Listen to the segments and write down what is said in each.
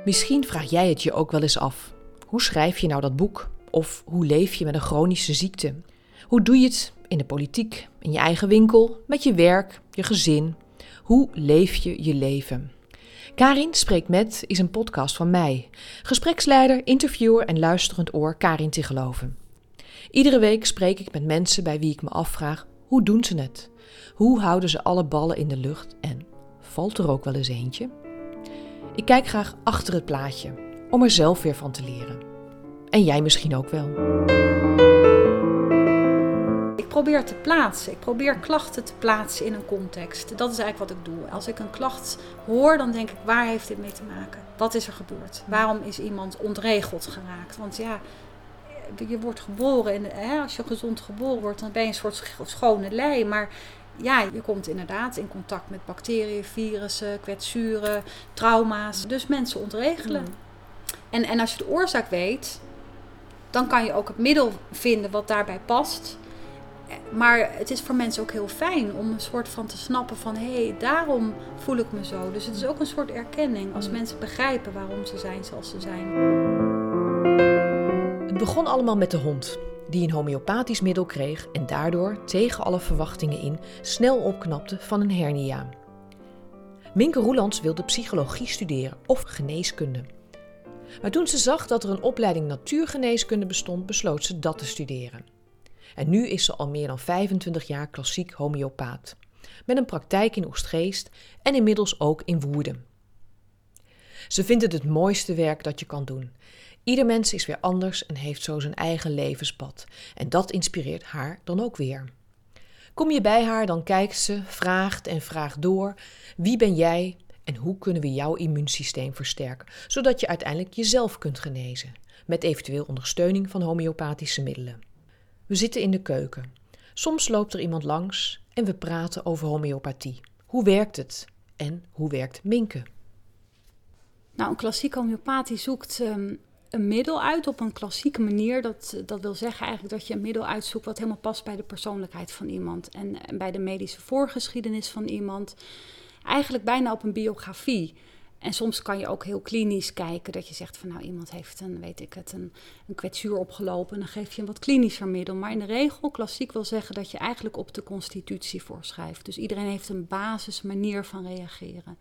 Misschien vraag jij het je ook wel eens af. Hoe schrijf je nou dat boek? Of hoe leef je met een chronische ziekte? Hoe doe je het in de politiek, in je eigen winkel, met je werk, je gezin? Hoe leef je je leven? Karin Spreekt Met is een podcast van mij, gespreksleider, interviewer en luisterend oor Karin Ticheloven. Iedere week spreek ik met mensen bij wie ik me afvraag, hoe doen ze het? Hoe houden ze alle ballen in de lucht en valt er ook wel eens eentje? Ik kijk graag achter het plaatje, om er zelf weer van te leren. En jij misschien ook wel. Ik probeer te plaatsen. Ik probeer klachten te plaatsen in een context. Dat is eigenlijk wat ik doe. Als ik een klacht hoor, dan denk ik, waar heeft dit mee te maken? Wat is er gebeurd? Waarom is iemand ontregeld geraakt? Want ja, je wordt geboren en als je gezond geboren wordt, dan ben je een soort schone lei. Maar ja, je komt inderdaad in contact met bacteriën, virussen, kwetsuren, trauma's. Dus mensen ontregelen. En als je de oorzaak weet, dan kan je ook het middel vinden wat daarbij past. Maar het is voor mensen ook heel fijn om een soort van te snappen van, hé, daarom voel ik me zo. Dus het is ook een soort erkenning als mensen begrijpen waarom ze zijn zoals ze zijn. Het begon allemaal met de hond, die een homeopathisch middel kreeg en daardoor, tegen alle verwachtingen in, snel opknapte van een hernia. Minke Roelands wilde psychologie studeren of geneeskunde. Maar toen ze zag dat er een opleiding natuurgeneeskunde bestond, besloot ze dat te studeren. En nu is ze al meer dan 25 jaar klassiek homeopaat, met een praktijk in Oegstgeest en inmiddels ook in Woerden. Ze vindt het mooiste werk dat je kan doen. Ieder mens is weer anders en heeft zo zijn eigen levenspad. En dat inspireert haar dan ook weer. Kom je bij haar, dan kijkt ze, vraagt en vraagt door. Wie ben jij en hoe kunnen we jouw immuunsysteem versterken, zodat je uiteindelijk jezelf kunt genezen, met eventueel ondersteuning van homeopathische middelen. We zitten in de keuken. Soms loopt er iemand langs en we praten over homeopathie. Hoe werkt het? En hoe werkt Minke? Nou, een klassiek homeopaat die zoekt een middel uit op een klassieke manier. Dat wil zeggen eigenlijk dat je een middel uitzoekt wat helemaal past bij de persoonlijkheid van iemand. En bij de medische voorgeschiedenis van iemand. Eigenlijk bijna op een biografie. En soms kan je ook heel klinisch kijken dat je zegt van nou iemand heeft een kwetsuur opgelopen en dan geef je een wat klinischer middel. Maar in de regel, klassiek wil zeggen dat je eigenlijk op de constitutie voorschrijft. Dus iedereen heeft een basismanier van reageren.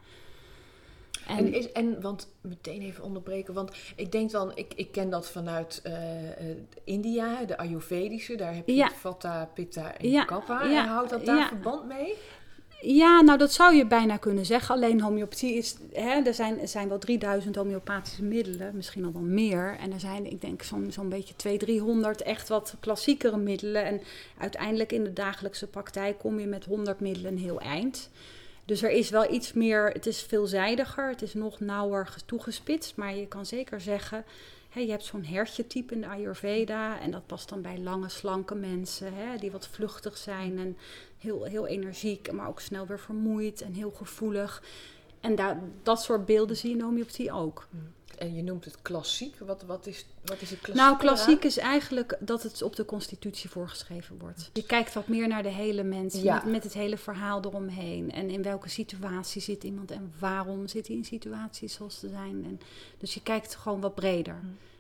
Want meteen even onderbreken, want ik denk dan, ik ken dat vanuit India, de Ayurvedische, daar heb je Vata, Pitta en Kapha. En houdt dat daar verband mee? Ja, nou dat zou je bijna kunnen zeggen. Alleen homeopathie is, er zijn wel 3000 homeopathische middelen, misschien al wel meer. En er zijn, ik denk, zo'n beetje 200-300 echt wat klassiekere middelen. En uiteindelijk in de dagelijkse praktijk kom je met 100 middelen een heel eind. Dus er is wel iets meer, het is veelzijdiger, het is nog nauwer toegespitst. Maar je kan zeker zeggen, je hebt zo'n hertjetype in de Ayurveda. En dat past dan bij lange, slanke mensen, die wat vluchtig zijn en heel, heel energiek, maar ook snel weer vermoeid en heel gevoelig. En dat soort beelden zie je in de homeopathie ook. En je noemt het klassiek. Wat is het klassiek? Nou, klassiek is eigenlijk dat het op de constitutie voorgeschreven wordt. Je kijkt wat meer naar de hele mens, met het hele verhaal eromheen. En in welke situatie zit iemand en waarom zit hij in situaties zoals ze zijn. En dus je kijkt gewoon wat breder.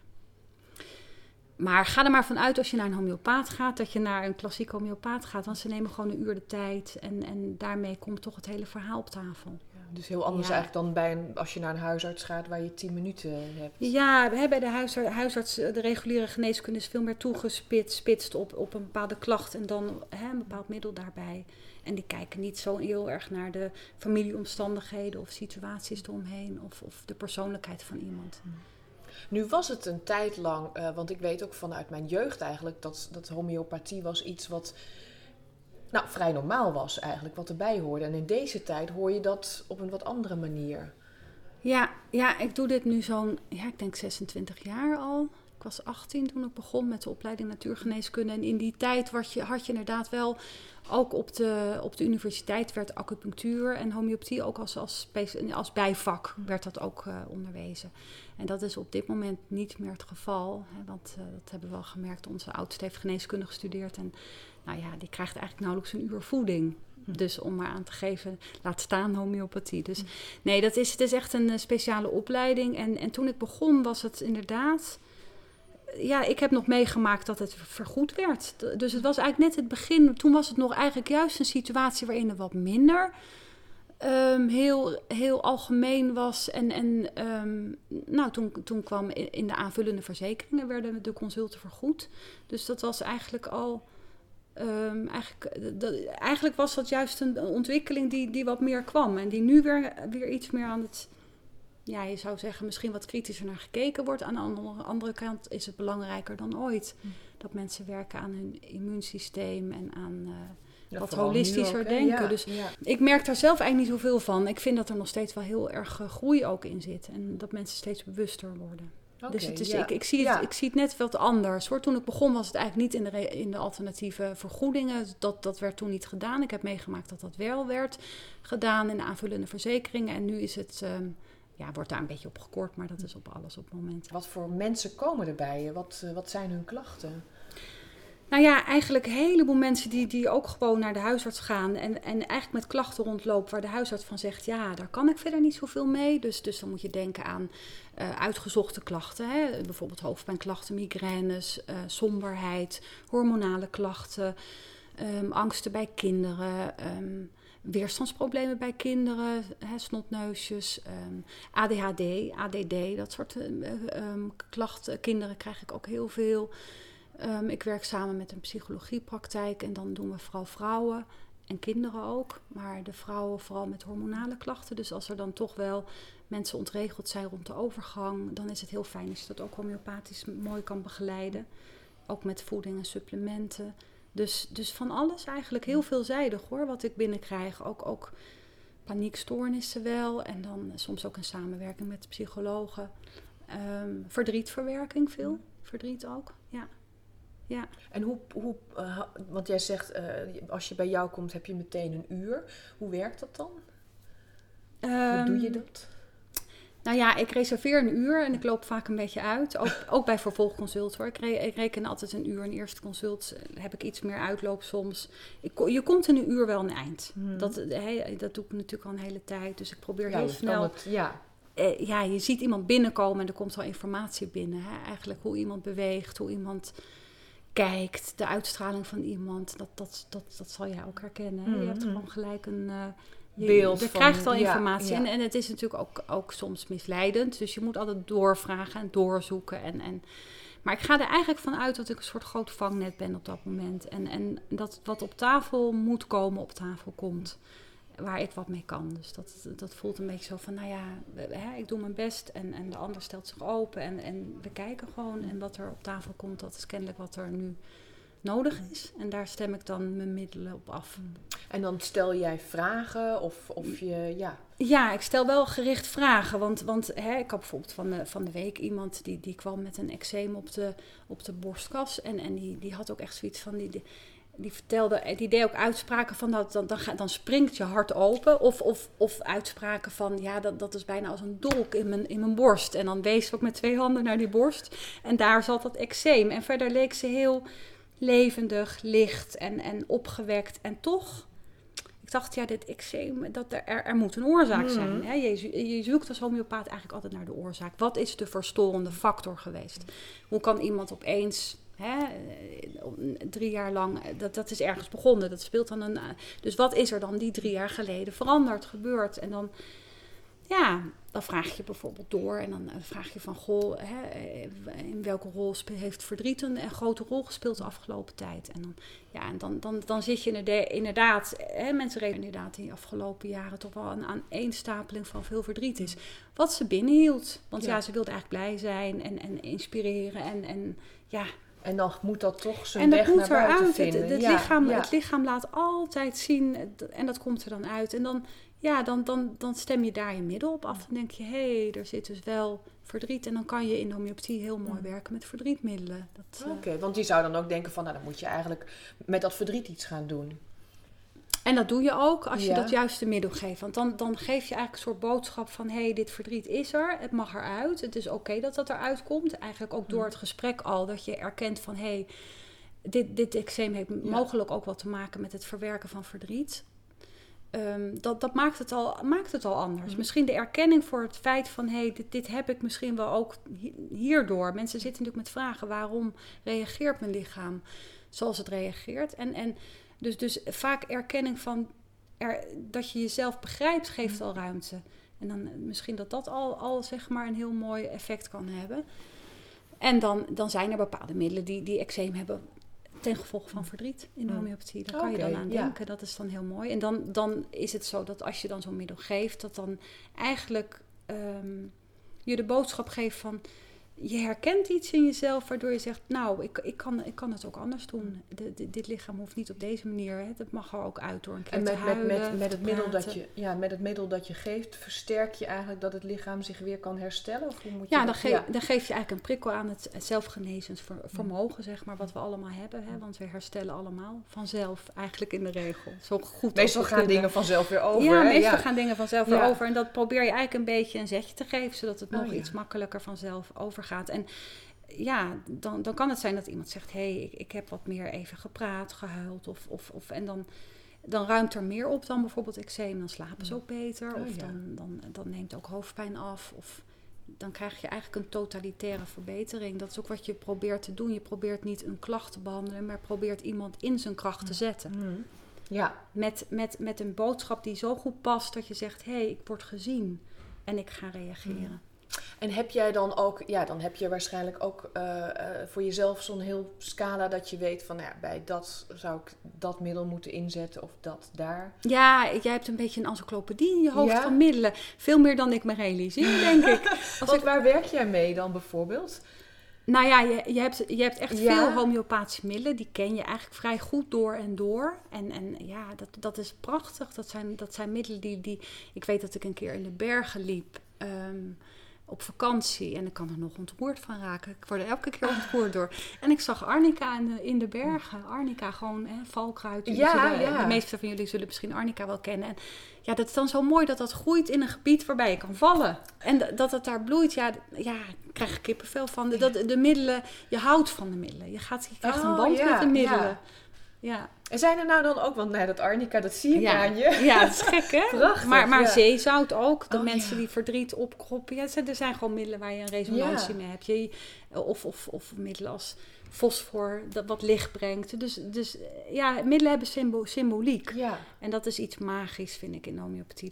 Maar ga er maar vanuit als je naar een homeopaat gaat, dat je naar een klassiek homeopaat gaat. Want ze nemen gewoon een uur de tijd en daarmee komt toch het hele verhaal op tafel. Ja, dus heel anders eigenlijk dan als je naar een huisarts gaat waar je 10 minuten hebt. Ja, bij de huisarts, de reguliere geneeskunde is veel meer toegespitst op een bepaalde klacht en dan een bepaald middel daarbij. En die kijken niet zo heel erg naar de familieomstandigheden of situaties eromheen of de persoonlijkheid van iemand. Nu was het een tijd lang, want ik weet ook vanuit mijn jeugd eigenlijk dat homeopathie was iets wat vrij normaal was eigenlijk, wat erbij hoorde. En in deze tijd hoor je dat op een wat andere manier. Ja, ik doe dit nu ik denk 26 jaar al. Ik was 18 toen ik begon met de opleiding natuurgeneeskunde. En in die tijd had je inderdaad wel, ook op de universiteit werd acupunctuur en homeopathie ook als bijvak werd dat ook onderwezen. En dat is op dit moment niet meer het geval. Want dat hebben we wel gemerkt. Onze oudste heeft geneeskunde gestudeerd. En die krijgt eigenlijk nauwelijks een uur voeding. Dus om maar aan te geven, laat staan homeopathie. Dus nee, het is echt een speciale opleiding. En toen ik begon was het inderdaad... Ja, ik heb nog meegemaakt dat het vergoed werd. Dus het was eigenlijk net het begin. Toen was het nog eigenlijk juist een situatie waarin er wat minder heel algemeen was. Toen kwam in de aanvullende verzekeringen werden de consulten vergoed. Dus dat was eigenlijk al... Eigenlijk was dat juist een ontwikkeling die wat meer kwam. En die nu weer iets meer aan het... Ja, je zou zeggen misschien wat kritischer naar gekeken wordt. Aan de andere kant is het belangrijker dan ooit. Dat mensen werken aan hun immuunsysteem en aan wat holistischer denken. Ja, dus ik merk daar zelf eigenlijk niet zoveel van. Ik vind dat er nog steeds wel heel erg groei ook in zit. En dat mensen steeds bewuster worden. Dus ik zie het net wat anders. Toen ik begon was het eigenlijk niet in de alternatieve vergoedingen. Dat werd toen niet gedaan. Ik heb meegemaakt dat dat wel werd gedaan in de aanvullende verzekeringen. En nu is het... wordt daar een beetje op gekort, maar dat is op alles op het moment. Wat voor mensen komen erbij je? Wat zijn hun klachten? Nou ja, eigenlijk een heleboel mensen die ook gewoon naar de huisarts gaan... en eigenlijk met klachten rondlopen waar de huisarts van zegt... ja, daar kan ik verder niet zoveel mee. Dus dan moet je denken aan uitgezochte klachten. Hè? Bijvoorbeeld hoofdpijnklachten, migraines, somberheid, hormonale klachten... angsten bij kinderen... weerstandsproblemen bij kinderen, snotneusjes, ADHD, ADD, dat soort klachten. Kinderen krijg ik ook heel veel. Ik werk samen met een psychologiepraktijk en dan doen we vooral vrouwen en kinderen ook. Maar de vrouwen vooral met hormonale klachten. Dus als er dan toch wel mensen ontregeld zijn rond de overgang, dan is het heel fijn als je dat ook homeopathisch mooi kan begeleiden. Ook met voeding en supplementen. Dus van alles eigenlijk heel veelzijdig hoor, wat ik binnenkrijg. Ook paniekstoornissen wel en dan soms ook in samenwerking met psychologen. Verdrietverwerking veel, verdriet ook, ja. En want jij zegt als je bij jou komt heb je meteen een uur. Hoe werkt dat dan? Hoe doe je dat? Nou ja, ik reserveer een uur en ik loop vaak een beetje uit. Ook bij vervolgconsult hoor. Ik reken altijd een uur. Een eerste consult heb ik iets meer uitloop soms. Je komt in een uur wel een eind. Dat doe ik natuurlijk al een hele tijd. Dus ik probeer heel snel... je ziet iemand binnenkomen en er komt al informatie binnen. Hè? Eigenlijk hoe iemand beweegt, hoe iemand kijkt. De uitstraling van iemand. Dat zal jij ook herkennen. Hè? Je hebt gewoon gelijk een... Je krijgt al informatie en het is natuurlijk ook soms misleidend. Dus je moet altijd doorvragen en doorzoeken. Maar ik ga er eigenlijk van uit dat ik een soort groot vangnet ben op dat moment. En dat wat op tafel moet komen, op tafel komt. Waar ik wat mee kan. Dus dat voelt een beetje zo van, ik doe mijn best. En de ander stelt zich open. En we kijken gewoon. En wat er op tafel komt, dat is kennelijk wat er nu nodig is. En daar stem ik dan mijn middelen op af. En dan stel jij vragen of je... Ja, ik stel wel gericht vragen. Want ik had bijvoorbeeld van de week iemand die kwam met een eczeem op de borstkas. En die had ook echt zoiets van... Die vertelde, die deed ook uitspraken van dan springt je hart open. Of uitspraken van, dat is bijna als een dolk in mijn borst. En dan wees ze ook met 2 handen naar die borst. En daar zat dat eczeem. En verder leek ze heel levendig, licht en opgewekt. En toch, ik dacht, dit eczeem, er moet een oorzaak zijn. Hè? Je zoekt als homeopaat eigenlijk altijd naar de oorzaak. Wat is de verstorende factor geweest? Hoe kan iemand opeens... 3 jaar lang, dat is ergens begonnen. Dat speelt dan dus wat is er dan die 3 jaar geleden veranderd, gebeurd? En dan, dan vraag je bijvoorbeeld door. En dan vraag je van, in welke rol heeft verdriet een grote rol gespeeld de afgelopen tijd? En dan zit je inderdaad, mensen reden inderdaad in de afgelopen jaren toch wel een aaneenstapeling van veel verdriet is. Wat ze binnenhield. Want ze wilde eigenlijk blij zijn en inspireren en En dan moet dat toch zijn weg naar buiten vinden. Het lichaam laat altijd zien en dat komt er dan uit. En dan stem je daar je middel op af. Dan denk je, er zit dus wel verdriet. En dan kan je in de homeopathie heel mooi werken met verdrietmiddelen. Oké, want je zou dan ook denken van... dan moet je eigenlijk met dat verdriet iets gaan doen. En dat doe je ook als je dat juiste middel geeft. Want dan geef je eigenlijk een soort boodschap van... dit verdriet is er, het mag eruit. Het is oké dat dat eruit komt. Eigenlijk ook door het gesprek al dat je erkent van... dit eczeem heeft mogelijk ook wat te maken met het verwerken van verdriet. dat maakt het al anders. Misschien de erkenning voor het feit van... dit heb ik misschien wel ook hierdoor. Mensen zitten natuurlijk met vragen... waarom reageert mijn lichaam zoals het reageert? En dus vaak erkenning van... dat je jezelf begrijpt, geeft al ruimte. En dan misschien dat al zeg maar een heel mooi effect kan hebben. En dan zijn er bepaalde middelen die eczeem hebben... ten gevolge van verdriet in de homeopathie. Daar kan je dan aan denken. Dat is dan heel mooi. En dan is het zo dat als je dan zo'n middel geeft... dat dan eigenlijk je de boodschap geeft van... je herkent iets in jezelf waardoor je zegt... nou, ik kan het ook anders doen. Dit lichaam hoeft niet op deze manier. Hè. Dat mag er ook uit door een keer te huilen. Met het middel dat je geeft... versterk je eigenlijk dat het lichaam zich weer kan herstellen? Of hoe moet je dan geef je eigenlijk een prikkel aan het zelfgenezend vermogen... zeg maar, wat we allemaal hebben. Hè. Want we herstellen allemaal vanzelf eigenlijk in de regel. Zo goed meestal gaan dingen vanzelf weer over. Ja, meestal gaan dingen vanzelf weer over. En dat probeer je eigenlijk een beetje een zetje te geven... zodat het nog iets makkelijker vanzelf overgaat. En ja, dan kan het zijn dat iemand zegt... ik heb wat meer even gepraat, gehuild. En dan ruimt er meer op dan bijvoorbeeld eczeem. Dan slapen ze ook beter. Dan neemt ook hoofdpijn af. Of dan krijg je eigenlijk een totalitaire verbetering. Dat is ook wat je probeert te doen. Je probeert niet een klacht te behandelen... maar probeert iemand in zijn kracht te zetten. Ja. Met een boodschap die zo goed past... dat je zegt, ik word gezien en ik ga reageren. En heb jij dan ook, dan heb je waarschijnlijk ook voor jezelf zo'n heel scala dat je weet van, bij dat zou ik dat middel moeten inzetten of dat daar. Ja, jij hebt een beetje een encyclopedie in je hoofd van middelen. Veel meer dan ik me realiseer, denk ik. Waar werk jij mee dan bijvoorbeeld? Nou ja, je hebt echt veel homeopathische middelen. Die ken je eigenlijk vrij goed door en door. En dat is prachtig. Dat zijn middelen die... Ik weet dat ik een keer in de bergen liep... op vakantie. En ik kan er nog ontroerd van raken. Ik word er elke keer ontroerd door. En ik zag arnica in de bergen. Arnica, gewoon valkruid. De meeste van jullie zullen misschien arnica wel kennen. En ja, dat is dan zo mooi dat dat groeit in een gebied waarbij je kan vallen. En dat het daar bloeit, krijg ik kippenvel van. De middelen, je houdt van de middelen. Je krijgt een band met de middelen. Ja. En zijn er nou dan ook, want dat arnica, dat zie ik aan je. Ja, dat is gek, hè? Prachtig, maar zeezout ook. De mensen die verdriet opkroppen. Ja, er zijn gewoon middelen waar je een resonantie mee hebt. Of middelen als fosfor, dat wat licht brengt. Dus middelen hebben symboliek. Ja. En dat is iets magisch, vind ik, in de homeopathie.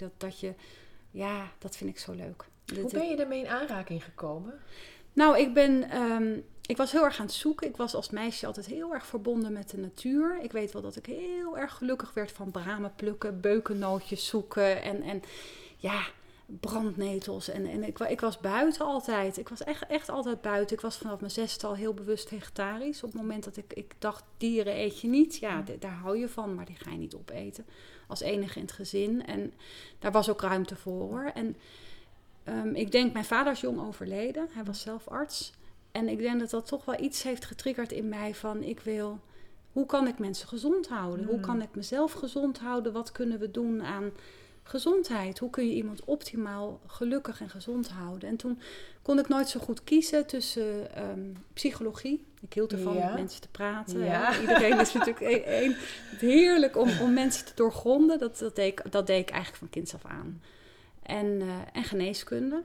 Dat vind ik zo leuk. Hoe ben je daarmee in aanraking gekomen? Nou, ik was heel erg aan het zoeken. Ik was als meisje altijd heel erg verbonden met de natuur. Ik weet wel dat ik heel erg gelukkig werd van bramen plukken, beukennootjes zoeken en brandnetels. En ik was buiten altijd. Ik was echt altijd buiten. Ik was vanaf mijn 6e al heel bewust vegetarisch. Op het moment dat ik dacht, dieren eet je niet. Ja, daar hou je van, maar die ga je niet opeten. Als enige in het gezin. En daar was ook ruimte voor, hoor. En ik denk, mijn vader is jong overleden. Hij was zelf arts. En ik denk dat toch wel iets heeft getriggerd in mij van... hoe kan ik mensen gezond houden? Hoe kan ik mezelf gezond houden? Wat kunnen we doen aan gezondheid? Hoe kun je iemand optimaal gelukkig en gezond houden? En toen kon ik nooit zo goed kiezen tussen psychologie. Ik hield ervan om met mensen te praten. Ja. Iedereen is natuurlijk heerlijk om mensen te doorgronden. Dat deed ik eigenlijk van kinds af aan. En geneeskunde.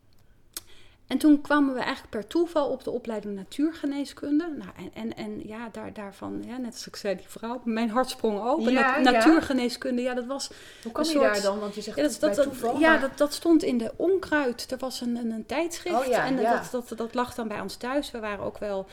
En toen kwamen we eigenlijk per toeval op de opleiding natuurgeneeskunde. Nou, daarvan, net als ik zei, die vrouw, mijn hart sprong open. Natuurgeneeskunde, dat was... Hoe kwam je daar dan? Want je zegt bij toeval. Dat stond in de Onkruid. Er was een tijdschrift dat lag dan bij ons thuis. We waren ook wel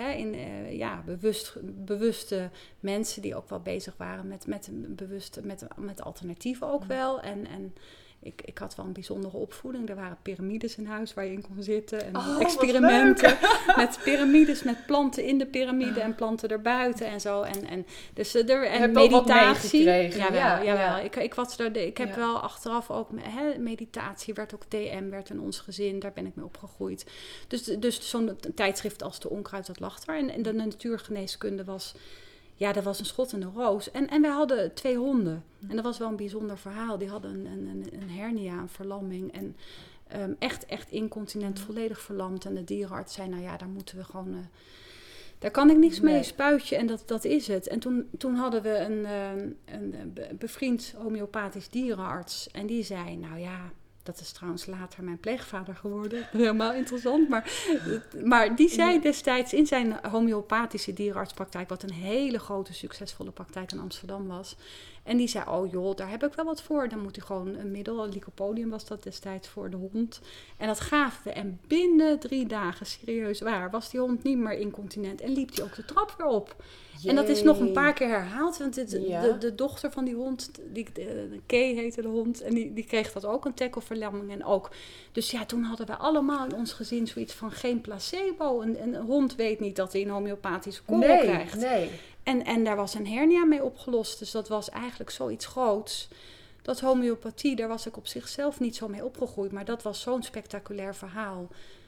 bewuste mensen die ook wel bezig waren met alternatieven ook wel. En ik had wel een bijzondere opvoeding. Er waren piramides in huis waar je in kon zitten. En experimenten met piramides, met planten in de piramide en planten erbuiten en zo. En meditatie. Jawel. Ik heb wel achteraf ook... meditatie werd ook DM, werd in ons gezin. Daar ben ik mee opgegroeid. Dus zo'n tijdschrift als de Onkruid, dat lag er. En de natuurgeneeskunde was... Ja, dat was een schot in de roos. En wij hadden 2 honden. En dat was wel een bijzonder verhaal. Die hadden een hernia, een verlamming. En echt incontinent, volledig verlamd. En de dierenarts zei, daar moeten we gewoon... Daar kan ik niks mee, een spuitje en dat is het. En toen hadden we een bevriend homeopathisch dierenarts. En die zei, nou ja, dat is trouwens later mijn pleegvader geworden. Helemaal interessant. Maar die zei destijds in zijn homeopathische dierenartspraktijk, wat een hele grote, succesvolle praktijk in Amsterdam was. En die zei, oh joh, daar heb ik wel wat voor. Dan moet hij gewoon een middel, lycopodium was dat destijds voor de hond. En dat gaven we. En binnen 3 dagen, serieus waar, was die hond niet meer incontinent. En liep hij ook de trap weer op. Jee. En dat is nog een paar keer herhaald. Want de dochter van die hond, Kay heette de hond. En die kreeg dat ook, een tekkelverlamming. En ook. Dus ja, toen hadden we allemaal in ons gezin zoiets van geen placebo. Een hond weet niet dat hij een homeopathische korrel krijgt. Nee. En daar was een hernia mee opgelost. Dus dat was eigenlijk zoiets groots. Dat homeopathie, daar was ik op zichzelf niet zo mee opgegroeid. Maar dat was zo'n spectaculair verhaal.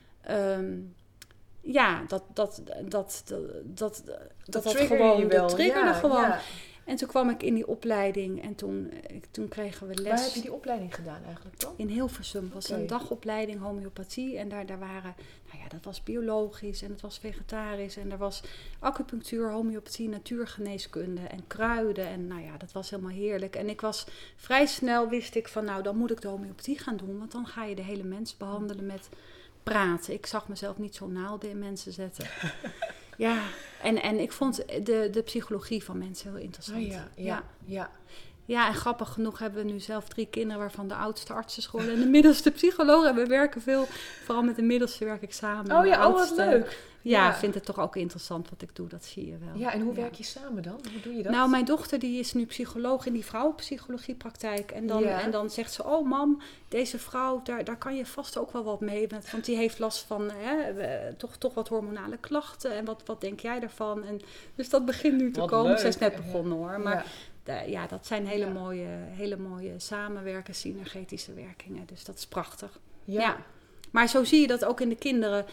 Dat triggerde gewoon. Ja. En toen kwam ik in die opleiding en toen kregen we les. Waar heb je die opleiding gedaan eigenlijk dan? In Hilversum. Het was een dagopleiding homeopathie. En daar waren, dat was biologisch en het was vegetarisch. En er was acupunctuur, homeopathie, natuurgeneeskunde en kruiden. En dat was helemaal heerlijk. En ik was vrij snel, wist ik van dan moet ik de homeopathie gaan doen. Want dan ga je de hele mens behandelen met praten. Ik zag mezelf niet zo naalden in mensen zetten. Ja, en ik vond de psychologie van mensen heel interessant. Ja, en grappig genoeg hebben we nu zelf 3 kinderen, waarvan de oudste artsenschool en de middelste psycholoog. En we werken veel, vooral met de middelste werk ik samen. Oh ja, wat leuk. Ja, vind het toch ook interessant wat ik doe, dat zie je wel. Ja, en hoe werk je samen dan? Hoe doe je dat? Nou, mijn dochter die is nu psycholoog in die vrouwenpsychologiepraktijk. En dan zegt ze, oh mam, deze vrouw, daar kan je vast ook wel wat mee. Want die heeft last van toch wat hormonale klachten. En wat denk jij daarvan? En, dus dat begint nu te komen. Leuk. Ze is net begonnen hoor, maar... Ja, dat zijn hele mooie samenwerken, synergetische werkingen. Dus dat is prachtig. Ja. Maar zo zie je dat ook in de kinderen.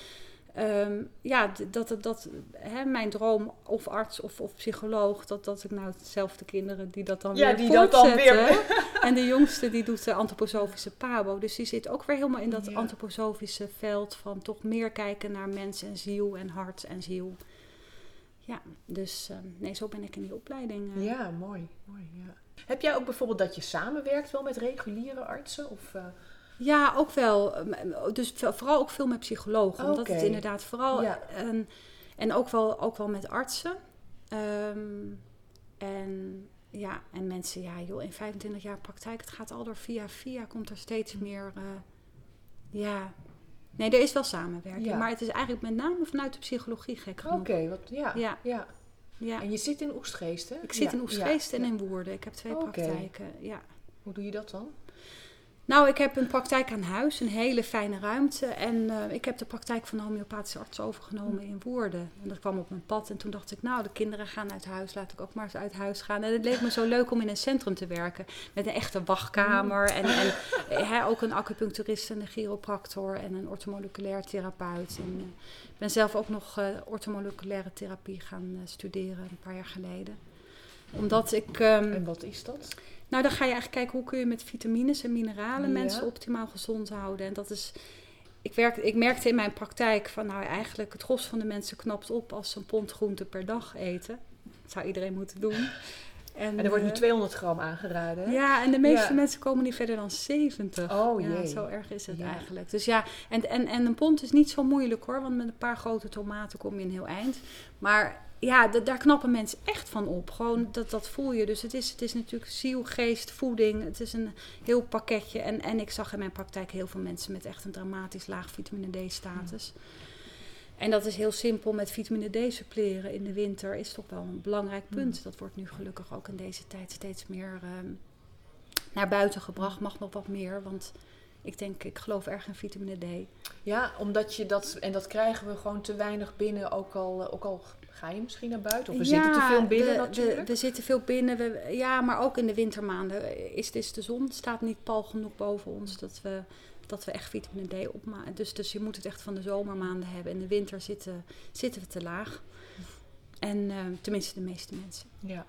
Mijn droom of arts of psycholoog, dat ik hetzelfde kinderen die dat dan weer voortzetten. En de jongste die doet de antroposofische PABO. Dus die zit ook weer helemaal in dat antroposofische veld van toch meer kijken naar mens en ziel en hart en ziel. Ja, dus zo ben ik in die opleiding. Ja, mooi. Ja. Heb jij ook bijvoorbeeld dat je samenwerkt wel met reguliere artsen? Of, Ja, ook wel. Dus vooral ook veel met psychologen. Omdat het inderdaad vooral... Ja. En ook wel met artsen. En mensen, in 25 jaar praktijk, het gaat al door via, komt er steeds meer... Nee, er is wel samenwerking, maar het is eigenlijk met name vanuit de psychologie gek genoeg. Ja. En je zit in Oegstgeest, hè? Ik zit in Oegstgeest en in Woerden. Ik heb 2 praktijken, ja. Hoe doe je dat dan? Nou, ik heb een praktijk aan huis, een hele fijne ruimte. En ik heb de praktijk van de homeopathische arts overgenomen in Woerden. En dat kwam op mijn pad. En toen dacht ik, de kinderen gaan uit huis. Laat ik ook maar eens uit huis gaan. En het leek me zo leuk om in een centrum te werken. Met een echte wachtkamer. En ook een acupuncturist en een chiropractor. En een orthomoleculair therapeut. En ik ben zelf ook nog orthomoleculaire therapie gaan studeren een paar jaar geleden. Omdat ik... En wat is dat? Nou, dan ga je eigenlijk kijken hoe kun je met vitamines en mineralen mensen optimaal gezond houden. En dat is... Ik merkte in mijn praktijk van eigenlijk het gros van de mensen knapt op als ze een pond groente per dag eten. Dat zou iedereen moeten doen. En er wordt nu 200 gram aangeraden. Hè? Ja, en de meeste mensen komen niet verder dan 70. Oh jee. Zo erg is het eigenlijk. Dus en een pond is niet zo moeilijk hoor, want met een paar grote tomaten kom je een heel eind. Maar... Ja, daar knappen mensen echt van op. Gewoon, dat voel je. Dus het is natuurlijk ziel, geest, voeding. Het is een heel pakketje. En ik zag in mijn praktijk heel veel mensen met echt een dramatisch laag vitamine D-status. En dat is heel simpel. Met vitamine D suppleren in de winter is toch wel een belangrijk punt. Dat wordt nu gelukkig ook in deze tijd steeds meer naar buiten gebracht. Mag nog wat meer, want... Ik geloof erg in vitamine D. Ja, omdat je dat krijgen we gewoon te weinig binnen, ook al ga je misschien naar buiten. Of we zitten te veel binnen natuurlijk. We zitten veel binnen. Maar ook in de wintermaanden is de zon staat niet pal genoeg boven ons dat we echt vitamine D opmaken. Dus je moet het echt van de zomermaanden hebben. In de winter zitten we te laag. En tenminste de meeste mensen. Ja.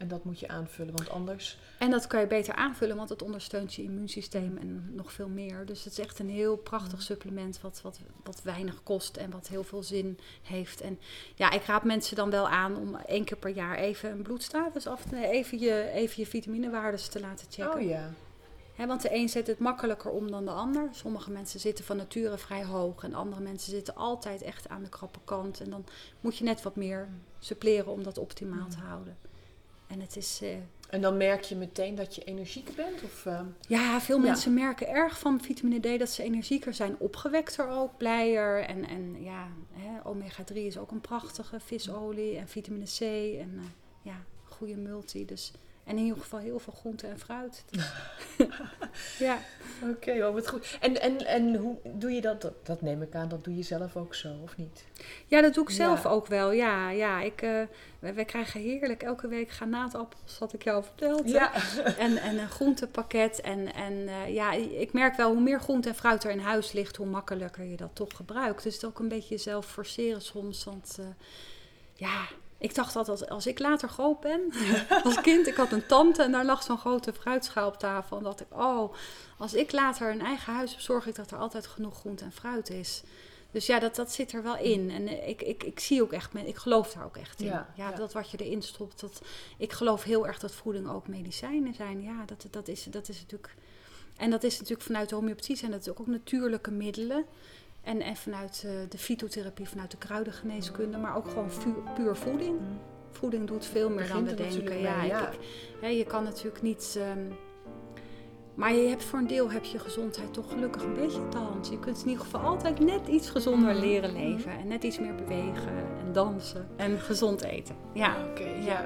En dat moet je aanvullen, want anders... En dat kan je beter aanvullen, want het ondersteunt je immuunsysteem en nog veel meer. Dus het is echt een heel prachtig supplement wat weinig kost en wat heel veel zin heeft. En ja, ik raad mensen dan wel aan om 1 keer per jaar even een bloedstatus af te nemen. Even je vitaminewaardes te laten checken. Oh ja. Want de een zet het makkelijker om dan de ander. Sommige mensen zitten van nature vrij hoog en andere mensen zitten altijd echt aan de krappe kant. En dan moet je net wat meer suppleren om dat optimaal te houden. En het is... En dan merk je meteen dat je energieker bent? Of, Ja, veel mensen merken erg van vitamine D dat ze energieker zijn, opgewekter ook, blijer. En ja, omega-3 is ook een prachtige visolie en vitamine C en goede multi. Dus, en in ieder geval heel veel groente en fruit. Dus, ja. Oké, wat goed. En hoe doe je dat? Dat neem ik aan, dat doe je zelf ook zo, of niet? Ja, dat doe ik zelf ook wel. Ja, wij krijgen heerlijk elke week granaatappels, wat ik jou vertelde. Ja. En een groentepakket. En ik merk wel, hoe meer groente en fruit er in huis ligt, hoe makkelijker je dat toch gebruikt. Dus het ook een beetje jezelf forceren soms. Want ik dacht altijd, als ik later groot ben, als kind, ik had een tante en daar lag zo'n grote fruitschaal op tafel. En dacht ik, als ik later een eigen huis heb, zorg ik dat er altijd genoeg groente en fruit is. Dus ja, dat zit er wel in. En ik zie ook echt, ik geloof daar ook echt in. Ja, dat wat je erin stopt, ik geloof heel erg dat voeding ook medicijnen zijn. Ja, dat is natuurlijk... En dat is natuurlijk vanuit de homeopathie zijn dat ook natuurlijke middelen. En vanuit de fytotherapie, vanuit de kruidengeneeskunde, maar ook gewoon puur voeding. Voeding doet veel meer dan we denken. Je kan natuurlijk niet... maar voor een deel heb je gezondheid toch gelukkig een beetje in de hand. Je kunt in ieder geval altijd net iets gezonder leren leven. En net iets meer bewegen en dansen en gezond eten. Ja, oké.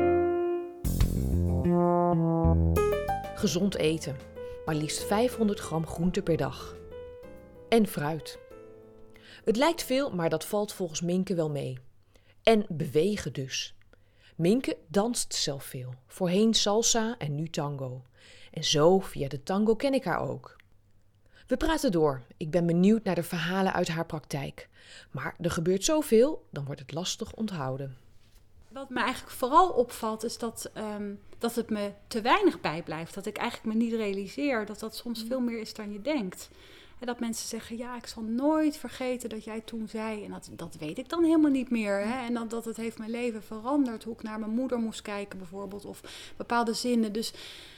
Gezond eten. Maar liefst 500 gram groente per dag. En fruit. Het lijkt veel, maar dat valt volgens Minke wel mee. En bewegen dus. Minke danst zelf veel. Voorheen salsa en nu tango. En zo, via de tango, ken ik haar ook. We praten door. Ik ben benieuwd naar de verhalen uit haar praktijk. Maar er gebeurt zoveel, dan wordt het lastig onthouden. Wat me eigenlijk vooral opvalt is dat het me te weinig bijblijft. Dat ik eigenlijk me niet realiseer dat soms veel meer is dan je denkt. En dat mensen zeggen, ja, ik zal nooit vergeten dat jij toen zei. En dat weet ik dan helemaal niet meer. Hè? En dat het heeft mijn leven veranderd. Hoe ik naar mijn moeder moest kijken bijvoorbeeld. Of bepaalde zinnen. Dus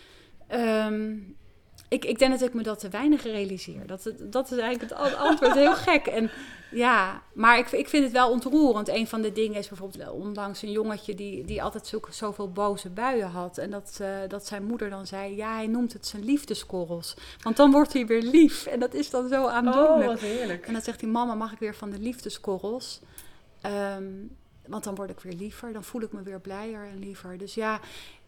ik denk dat ik me dat te weinig realiseer. Dat is eigenlijk het antwoord. Heel gek. En ja, maar ik vind het wel ontroerend. Een van de dingen is bijvoorbeeld onlangs een jongetje die altijd zoveel boze buien had. En dat zijn moeder dan zei, ja, hij noemt het zijn liefdeskorrels. Want dan wordt hij weer lief. En dat is dan zo aandoenlijk. Oh, wat heerlijk. En dan zegt hij, mama, mag ik weer van de liefdeskorrels? Want dan word ik weer liever. Dan voel ik me weer blijer en liever. Dus ja...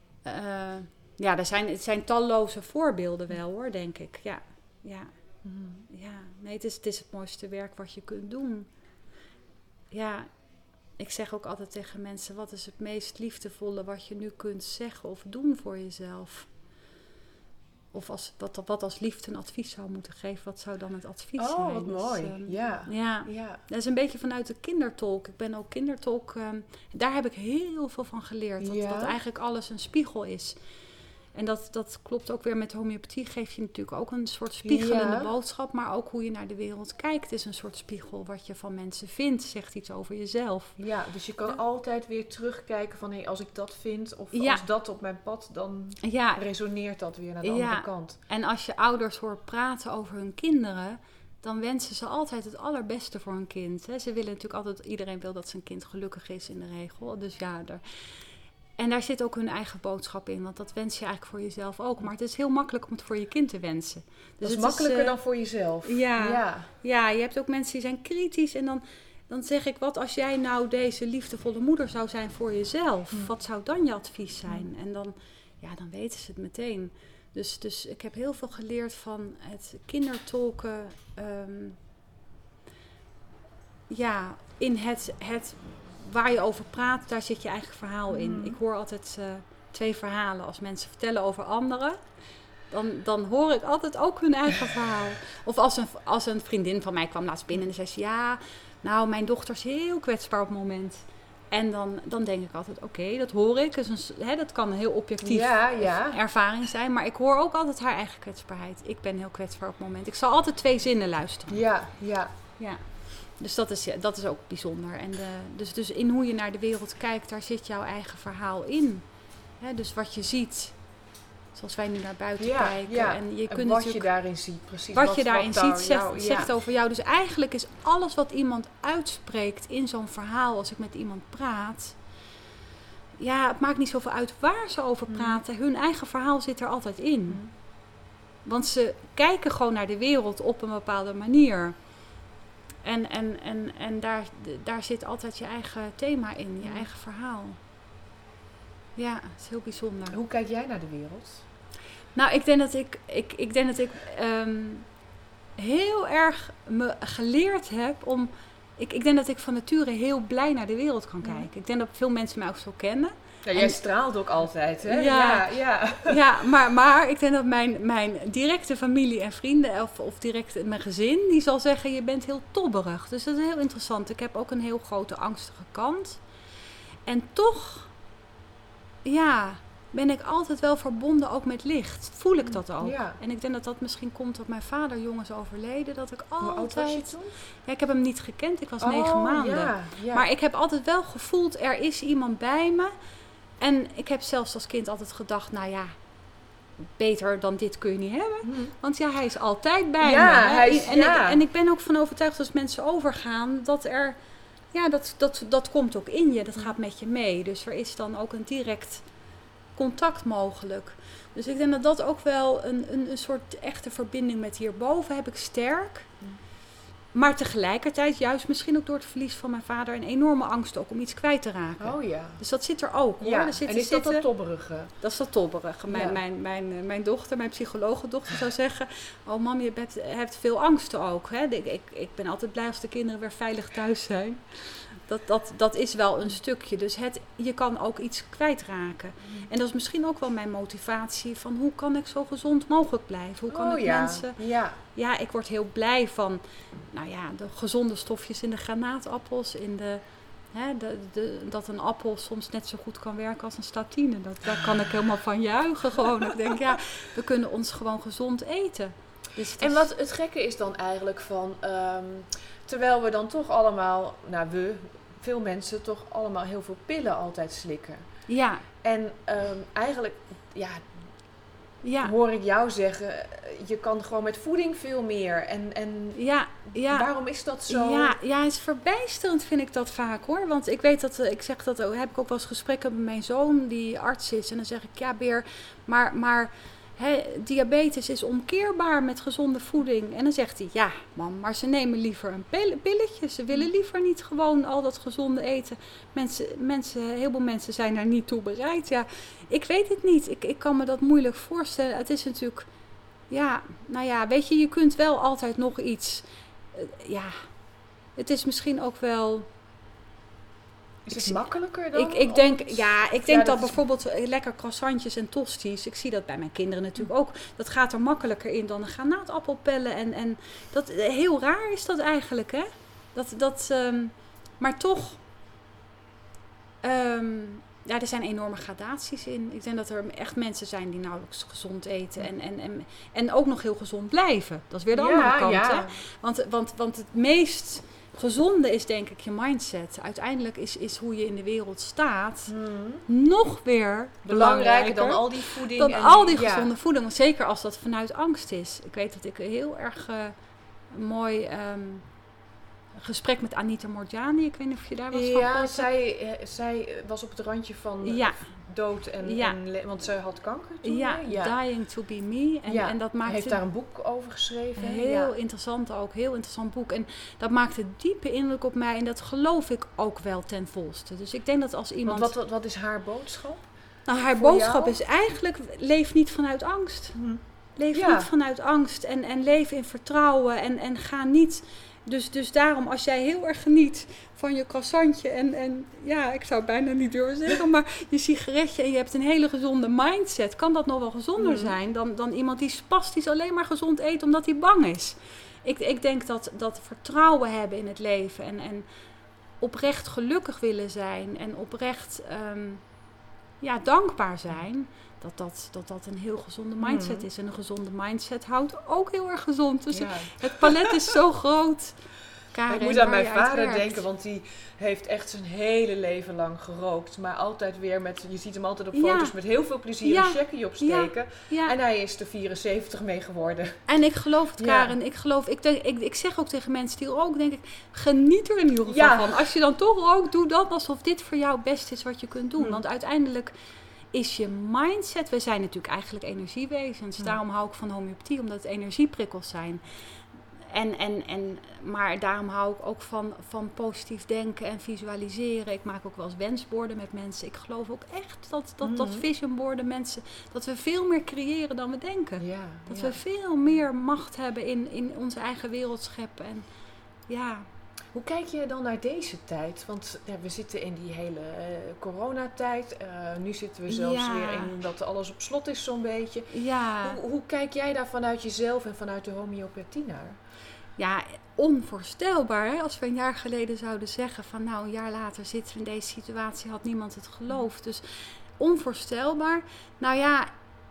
het zijn talloze voorbeelden wel hoor, denk ik. Ja. Nee, het is het mooiste werk wat je kunt doen. Ja, ik zeg ook altijd tegen mensen, wat is het meest liefdevolle wat je nu kunt zeggen of doen voor jezelf? Of wat als liefde een advies zou moeten geven, wat zou dan het advies zijn? Oh, wat mooi. Ja. Dat is een beetje vanuit de kindertolk. Ik ben ook kindertolk. Daar heb ik heel veel van geleerd. Dat eigenlijk alles een spiegel is. En dat klopt ook weer met homeopathie. Geef je natuurlijk ook een soort spiegelende boodschap. Maar ook hoe je naar de wereld kijkt is een soort spiegel. Wat je van mensen vindt, zegt iets over jezelf. Ja, dus je kan altijd weer terugkijken van... als ik dat vind of als dat op mijn pad... dan resoneert dat weer naar de andere kant. En als je ouders hoort praten over hun kinderen... dan wensen ze altijd het allerbeste voor hun kind. Hè. Ze willen natuurlijk altijd... Iedereen wil dat zijn kind gelukkig is in de regel. Dus ja... En daar zit ook hun eigen boodschap in. Want dat wens je eigenlijk voor jezelf ook. Maar het is heel makkelijk om het voor je kind te wensen. Dus dat is makkelijker dan voor jezelf. Ja, je hebt ook mensen die zijn kritisch. En dan zeg ik, wat als jij nou deze liefdevolle moeder zou zijn voor jezelf? Wat zou dan je advies zijn? En dan weten ze het meteen. Dus ik heb heel veel geleerd van het kindertolken. In het waar je over praat, daar zit je eigen verhaal in. Ik hoor altijd 2 verhalen. Als mensen vertellen over anderen, dan hoor ik altijd ook hun eigen verhaal. Of als een vriendin van mij kwam laatst binnen en zei ze... Ja, nou, mijn dochter is heel kwetsbaar op het moment. En dan denk ik altijd, oké, dat hoor ik. Dus dat kan een heel objectief ervaring zijn. Maar ik hoor ook altijd haar eigen kwetsbaarheid. Ik ben heel kwetsbaar op het moment. Ik zal altijd 2 zinnen luisteren. Ja. Dus dat is ook bijzonder. En dus in hoe je naar de wereld kijkt, daar zit jouw eigen verhaal in. Dus wat je ziet, zoals wij nu naar buiten kijken. Ja. En je kunt wat natuurlijk, je daarin ziet, precies. Wat je daarin ziet, zegt over jou. Dus eigenlijk is alles wat iemand uitspreekt in zo'n verhaal, als ik met iemand praat, het maakt niet zoveel uit waar ze over praten. Hun eigen verhaal zit er altijd in. Want ze kijken gewoon naar de wereld op een bepaalde manier. En daar zit altijd je eigen thema in, je eigen verhaal. Ja, het is heel bijzonder. Hoe kijk jij naar de wereld? Nou, ik denk dat ik heel erg me geleerd heb om... Ik denk dat ik van nature heel blij naar de wereld kan kijken. Ik denk dat veel mensen mij ook zo kennen. Ja, jij straalt ook altijd, hè? Ja, maar ik denk dat mijn directe familie en vrienden, of direct mijn gezin, die zal zeggen, je bent heel tobberig. Dus dat is heel interessant. Ik heb ook een heel grote angstige kant. En toch, ben ik altijd wel verbonden ook met licht. Voel ik dat ook. Ja. En ik denk dat dat misschien komt dat mijn vader jong is overleden. Dat ik altijd... Hoe oud was je toen? Ja, ik heb hem niet gekend. Ik was 9 maanden. Ja. Maar ik heb altijd wel gevoeld, er is iemand bij me. En ik heb zelfs als kind altijd gedacht, beter dan dit kun je niet hebben. Want hij is altijd bij me. En ik ben ook van overtuigd als mensen overgaan, dat er... Ja, dat komt ook in je. Dat gaat met je mee. Dus er is dan ook een direct contact mogelijk. Dus ik denk dat dat ook wel een soort echte verbinding met hierboven heb ik sterk. Maar tegelijkertijd, juist misschien ook door het verlies van mijn vader, een enorme angst ook om iets kwijt te raken. Oh ja. Dus dat zit er ook, hoor. Ja. En is dat dat tobberige? Dat is dat tobberige. Mijn dochter, mijn psychologendochter zou zeggen, oh mam, je hebt veel angsten ook. Hè? Ik ben altijd blij als de kinderen weer veilig thuis zijn. Dat is wel een stukje. Dus je kan ook iets kwijtraken. En dat is misschien ook wel mijn motivatie van hoe kan ik zo gezond mogelijk blijven? Hoe kan ik mensen... Ja, ik word heel blij van de gezonde stofjes in de granaatappels, dat een appel soms net zo goed kan werken als een statine. Daar kan ik helemaal van juichen gewoon. Ik denk, we kunnen ons gewoon gezond eten. Dus en wat het gekke is dan eigenlijk van... terwijl we dan toch allemaal... veel mensen toch allemaal heel veel pillen altijd slikken. Ja. En eigenlijk... hoor ik jou zeggen, je kan gewoon met voeding veel meer. En waarom is dat zo? Ja, het is verbijsterend vind ik dat vaak, hoor. Want ik weet dat, heb ik ook wel eens gesprekken met mijn zoon die arts is. En dan zeg ik, Beer, maar diabetes is omkeerbaar met gezonde voeding. En dan zegt hij, ja mam, maar ze nemen liever een pilletje. Ze willen liever niet gewoon al dat gezonde eten. Heel veel mensen zijn daar niet toe bereid. Ja, ik weet het niet. Ik kan me dat moeilijk voorstellen. Het is natuurlijk, weet je kunt wel altijd nog iets. Het is misschien ook wel... Is het makkelijker dan? Ik denk dat bijvoorbeeld lekker croissantjes en tosti's, ik zie dat bij mijn kinderen natuurlijk ook, dat gaat er makkelijker in dan een granaatappel pellen. En dat, heel raar is dat eigenlijk, hè? Maar toch, er zijn enorme gradaties in. Ik denk dat er echt mensen zijn die nauwelijks gezond eten en ook nog heel gezond blijven. Dat is weer de andere kant, hè? Want het meest... gezonde is denk ik je mindset. Uiteindelijk is hoe je in de wereld staat nog weer belangrijker dan al die voeding. Dan al die gezonde voeding. Zeker als dat vanuit angst is. Ik weet dat ik een heel erg mooi gesprek met Anita Mordjani. Ik weet niet of je daar was van gehoord. Zij was op het randje van dood. Want zij had kanker toen. Dying to be me. En dat maakte... heeft daar een boek over geschreven. Heel interessant ook. Heel interessant boek. En dat maakte diepe indruk op mij. En dat geloof ik ook wel ten volste. Dus ik denk dat als iemand... Want wat is haar boodschap? Nou, haar boodschap is eigenlijk... leef niet vanuit angst. Leef niet vanuit angst. En leef in vertrouwen. En ga niet... Dus daarom, als jij heel erg geniet van je croissantje en ik zou het bijna niet durven zeggen, maar je sigaretje en je hebt een hele gezonde mindset, kan dat nog wel gezonder zijn dan iemand die spastisch alleen maar gezond eet omdat hij bang is. Ik denk dat vertrouwen hebben in het leven en oprecht gelukkig willen zijn en oprecht dankbaar zijn, dat een heel gezonde mindset is. En een gezonde mindset houdt ook heel erg gezond. Dus het palet is zo groot. Karen, ik moet aan mijn vader denken, want die heeft echt zijn hele leven lang gerookt. Maar altijd weer je ziet hem altijd op foto's met heel veel plezier een checkie opsteken. En hij is er 74 mee geworden. En ik geloof het, Karen. Ik zeg ook tegen mensen die roken, denk ik, geniet er in ieder geval van. Als je dan toch rookt, doe dat alsof dit voor jou het beste is wat je kunt doen. Want uiteindelijk is je mindset, we zijn natuurlijk eigenlijk energiewezens. Daarom hou ik van homeopathie, omdat het energieprikkels zijn. Maar daarom hou ik ook van positief denken en visualiseren. Ik maak ook wel eens wensborden met mensen. Ik geloof ook echt dat visionborden mensen, dat we veel meer creëren dan we denken. Dat we veel meer macht hebben in onze eigen wereld scheppen. En hoe kijk je dan naar deze tijd? Want we zitten in die hele coronatijd. Nu zitten we zelfs weer in dat alles op slot is zo'n beetje. Hoe kijk jij daar vanuit jezelf en vanuit de homeopathie naar? Ja, onvoorstelbaar. Hè? Als we een jaar geleden zouden zeggen van een jaar later zitten we in deze situatie, had niemand het geloofd. Dus onvoorstelbaar. Nou ja,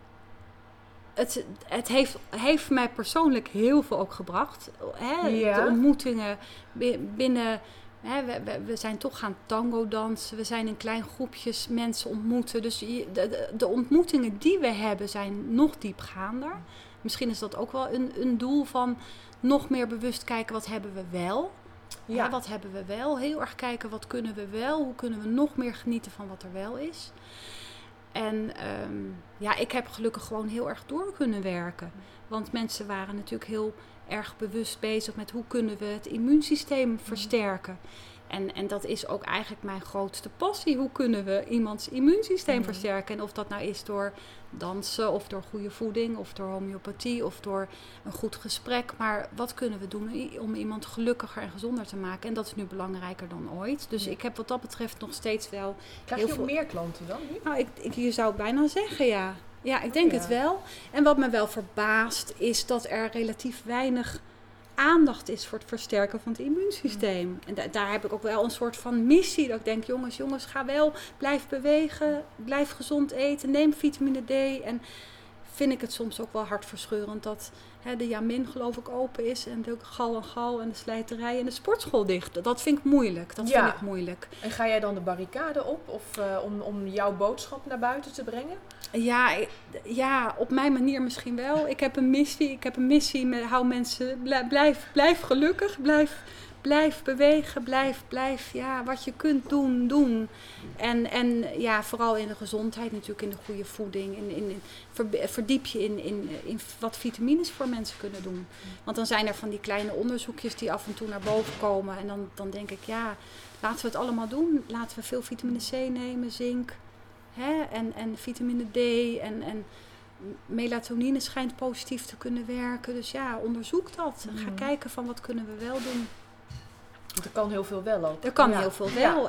het heeft mij persoonlijk heel veel ook gebracht. Hè? De ontmoetingen binnen. Hè, we zijn toch gaan tango dansen. We zijn in klein groepjes mensen ontmoeten. Dus de ontmoetingen die we hebben zijn nog diepgaander. Misschien is dat ook wel een doel van nog meer bewust kijken, wat hebben we wel? Wat hebben we wel? Heel erg kijken, wat kunnen we wel? Hoe kunnen we nog meer genieten van wat er wel is? En ik heb gelukkig gewoon heel erg door kunnen werken. Want mensen waren natuurlijk heel erg bewust bezig met hoe kunnen we het immuunsysteem versterken. En dat is ook eigenlijk mijn grootste passie. Hoe kunnen we iemands immuunsysteem versterken? En of dat nou is door dansen of door goede voeding of door homeopathie of door een goed gesprek. Maar wat kunnen we doen om iemand gelukkiger en gezonder te maken? En dat is nu belangrijker dan ooit. Dus ik heb wat dat betreft nog steeds wel Krijg je ook meer klanten dan nu? Nou, je zou het bijna zeggen, ja. Ja, ik denk het wel. En wat me wel verbaast is dat er relatief weinig aandacht is voor het versterken van het immuunsysteem. En daar heb ik ook wel een soort van missie. Dat ik denk, jongens, ga wel, blijf bewegen, blijf gezond eten, neem vitamine D. En vind ik het soms ook wel hartverscheurend dat de Jamin geloof ik open is en de gal en de slijterij en de sportschool dicht. Dat vind ik moeilijk. Vind ik moeilijk. En ga jij dan de barricade op of om jouw boodschap naar buiten te brengen? Ja, op mijn manier misschien wel. Ik heb een missie met hou mensen, blijf gelukkig, blijf bewegen, blijf wat je kunt doen. En vooral in de gezondheid natuurlijk, in de goede voeding. Verdiep je in wat vitamines voor mensen kunnen doen. Want dan zijn er van die kleine onderzoekjes die af en toe naar boven komen. En dan denk ik, laten we het allemaal doen. Laten we veel vitamine C nemen, zink. En vitamine D en melatonine schijnt positief te kunnen werken. Dus onderzoek dat. Ga kijken van wat kunnen we wel doen. Want er kan heel veel wel ook. Er kan heel veel wel.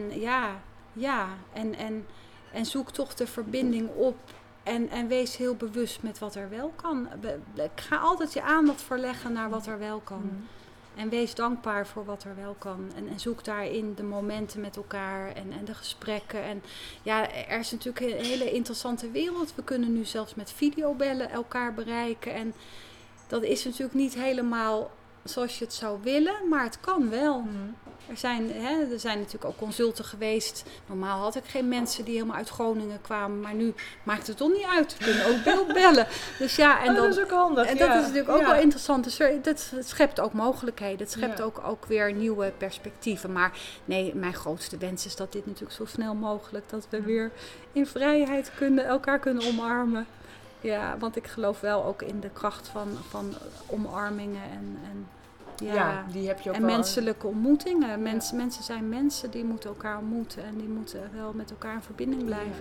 En zoek toch de verbinding op. En wees heel bewust met wat er wel kan. Ga altijd je aandacht verleggen naar wat er wel kan. En wees dankbaar voor wat er wel kan. En zoek daarin de momenten met elkaar en de gesprekken. En er is natuurlijk een hele interessante wereld. We kunnen nu zelfs met videobellen elkaar bereiken. En dat is natuurlijk niet helemaal zoals je het zou willen, maar het kan wel. Er zijn natuurlijk ook consulten geweest. Normaal had ik geen mensen die helemaal uit Groningen kwamen, maar nu maakt het toch niet uit. We kunnen ook beeldbellen. Dus dat is ook handig. En dat is natuurlijk ook wel interessant. Dus het schept ook mogelijkheden. Het schept ook weer nieuwe perspectieven. Maar nee, mijn grootste wens is dat dit natuurlijk zo snel mogelijk, dat we weer in vrijheid elkaar kunnen omarmen. Ja, want ik geloof wel ook in de kracht van omarmingen en die heb je ook en wel. menselijke ontmoetingen. Mensen zijn mensen, die moeten elkaar ontmoeten en die moeten wel met elkaar in verbinding blijven.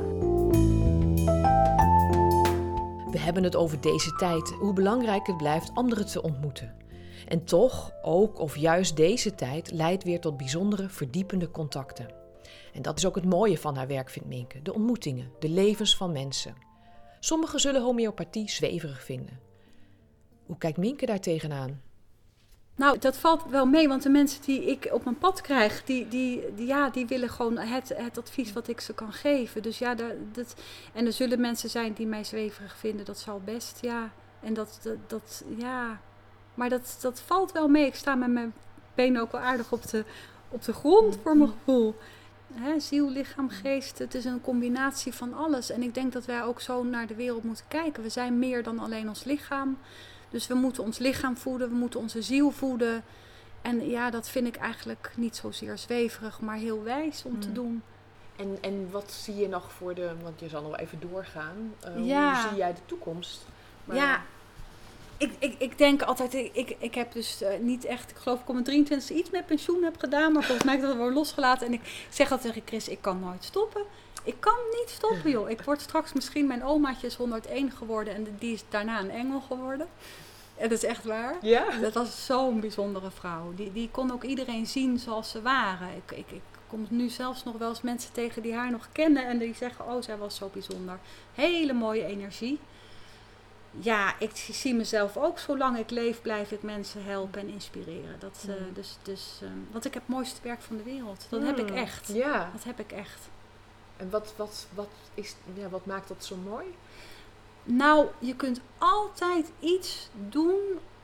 We hebben het over deze tijd, hoe belangrijk het blijft anderen te ontmoeten. En toch, ook of juist deze tijd, leidt weer tot bijzondere, verdiepende contacten. En dat is ook het mooie van haar werk, vindt Minke. De ontmoetingen, de levens van mensen. Sommigen zullen homeopathie zweverig vinden. Hoe kijkt Minke daar tegenaan? Nou, dat valt wel mee, want de mensen die ik op mijn pad krijg, die willen gewoon het advies wat ik ze kan geven. Dus ja, en er zullen mensen zijn die mij zweverig vinden, dat zal best, ja. En ja. Maar dat valt wel mee. Ik sta met mijn benen ook wel aardig op de grond voor mijn gevoel. Ziel, lichaam, geest, het is een combinatie van alles. En ik denk dat wij ook zo naar de wereld moeten kijken. We zijn meer dan alleen ons lichaam. Dus we moeten ons lichaam voeden, we moeten onze ziel voeden. En ja, dat vind ik eigenlijk niet zozeer zweverig, maar heel wijs om te doen. En wat zie je nog want je zal nog wel even doorgaan. Ja. Hoe zie jij de toekomst? Maar ja, ik denk altijd, ik heb dus niet echt, ik geloof ik om mijn 23e iets met pensioen heb gedaan. Maar volgens mij heb ik dat wel losgelaten. En ik zeg altijd tegen Chris, ik kan nooit stoppen. Ik kan niet stoppen, joh. Ik word straks misschien, mijn omaatje is 101 geworden en die is daarna een engel geworden. En dat is echt waar. Ja? Dat was zo'n bijzondere vrouw. Die kon ook iedereen zien zoals ze waren. Ik kom nu zelfs nog wel eens mensen tegen die haar nog kennen en die zeggen, oh, zij was zo bijzonder. Hele mooie energie. Ja, ik zie mezelf ook, zolang ik leef, blijf ik mensen helpen en inspireren. Want ik heb het mooiste werk van de wereld. Dat heb ik echt. Ja. Dat heb ik echt. En wat maakt dat zo mooi? Nou, je kunt altijd iets doen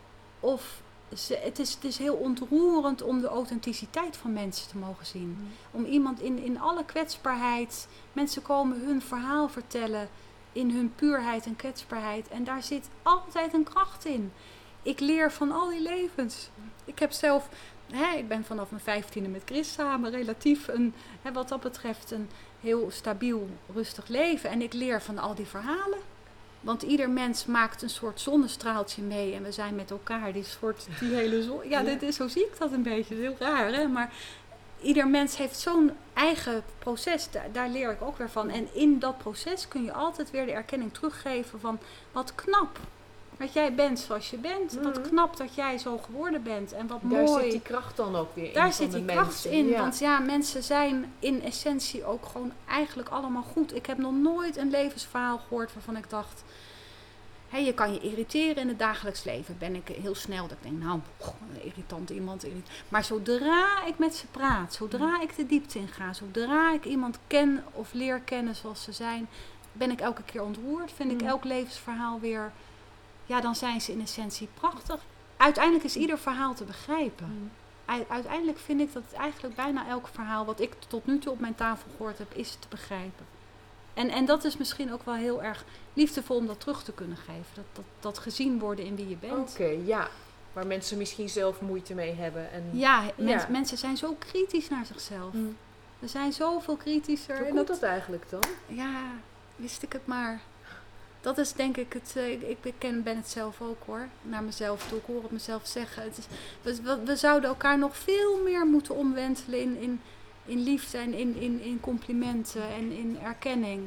het is heel ontroerend om de authenticiteit van mensen te mogen zien. Om iemand in alle kwetsbaarheid, mensen komen hun verhaal vertellen in hun puurheid en kwetsbaarheid. En daar zit altijd een kracht in. Ik leer van al die levens. Ik heb zelf, ik ben vanaf mijn 15e met Chris samen, relatief wat dat betreft een heel stabiel, rustig leven. En ik leer van al die verhalen. Want ieder mens maakt een soort zonnestraaltje mee en we zijn met elkaar die hele zon. Ja, zo zie ik dat een beetje. Heel raar, hè? Maar ieder mens heeft zo'n eigen proces. Daar leer ik ook weer van. En in dat proces kun je altijd weer de erkenning teruggeven van wat knap dat jij bent zoals je bent. Wat knap dat jij zo geworden bent. En wat mooi. Daar zit die kracht dan ook weer in. Daar zit die kracht mensen. in. Ja. Want ja, mensen zijn in essentie ook gewoon eigenlijk allemaal goed. Ik heb nog nooit een levensverhaal gehoord waarvan ik dacht, je kan je irriteren in het dagelijks leven. Ben ik heel snel dat ik denk, nou, een irritant iemand. Maar zodra ik met ze praat, zodra ik de diepte in ga, zodra ik iemand ken of leer kennen zoals ze zijn, ben ik elke keer ontroerd. Vind ik elk levensverhaal weer, dan zijn ze in essentie prachtig. Uiteindelijk is ieder verhaal te begrijpen. Uiteindelijk vind ik dat het eigenlijk bijna elk verhaal wat ik tot nu toe op mijn tafel gehoord heb, is te begrijpen. En dat is misschien ook wel heel erg liefdevol om dat terug te kunnen geven. Dat gezien worden in wie je bent. Oké, ja. Waar mensen misschien zelf moeite mee hebben. Mensen zijn zo kritisch naar zichzelf. We zijn zoveel kritischer. Hoe komt dat eigenlijk dan? Ja, wist ik het maar. Dat is denk ik het. Ben het zelf ook hoor. Naar mezelf toe. Ik hoor het mezelf zeggen. We zouden elkaar nog veel meer moeten omwentelen in liefde en in complimenten en in erkenning.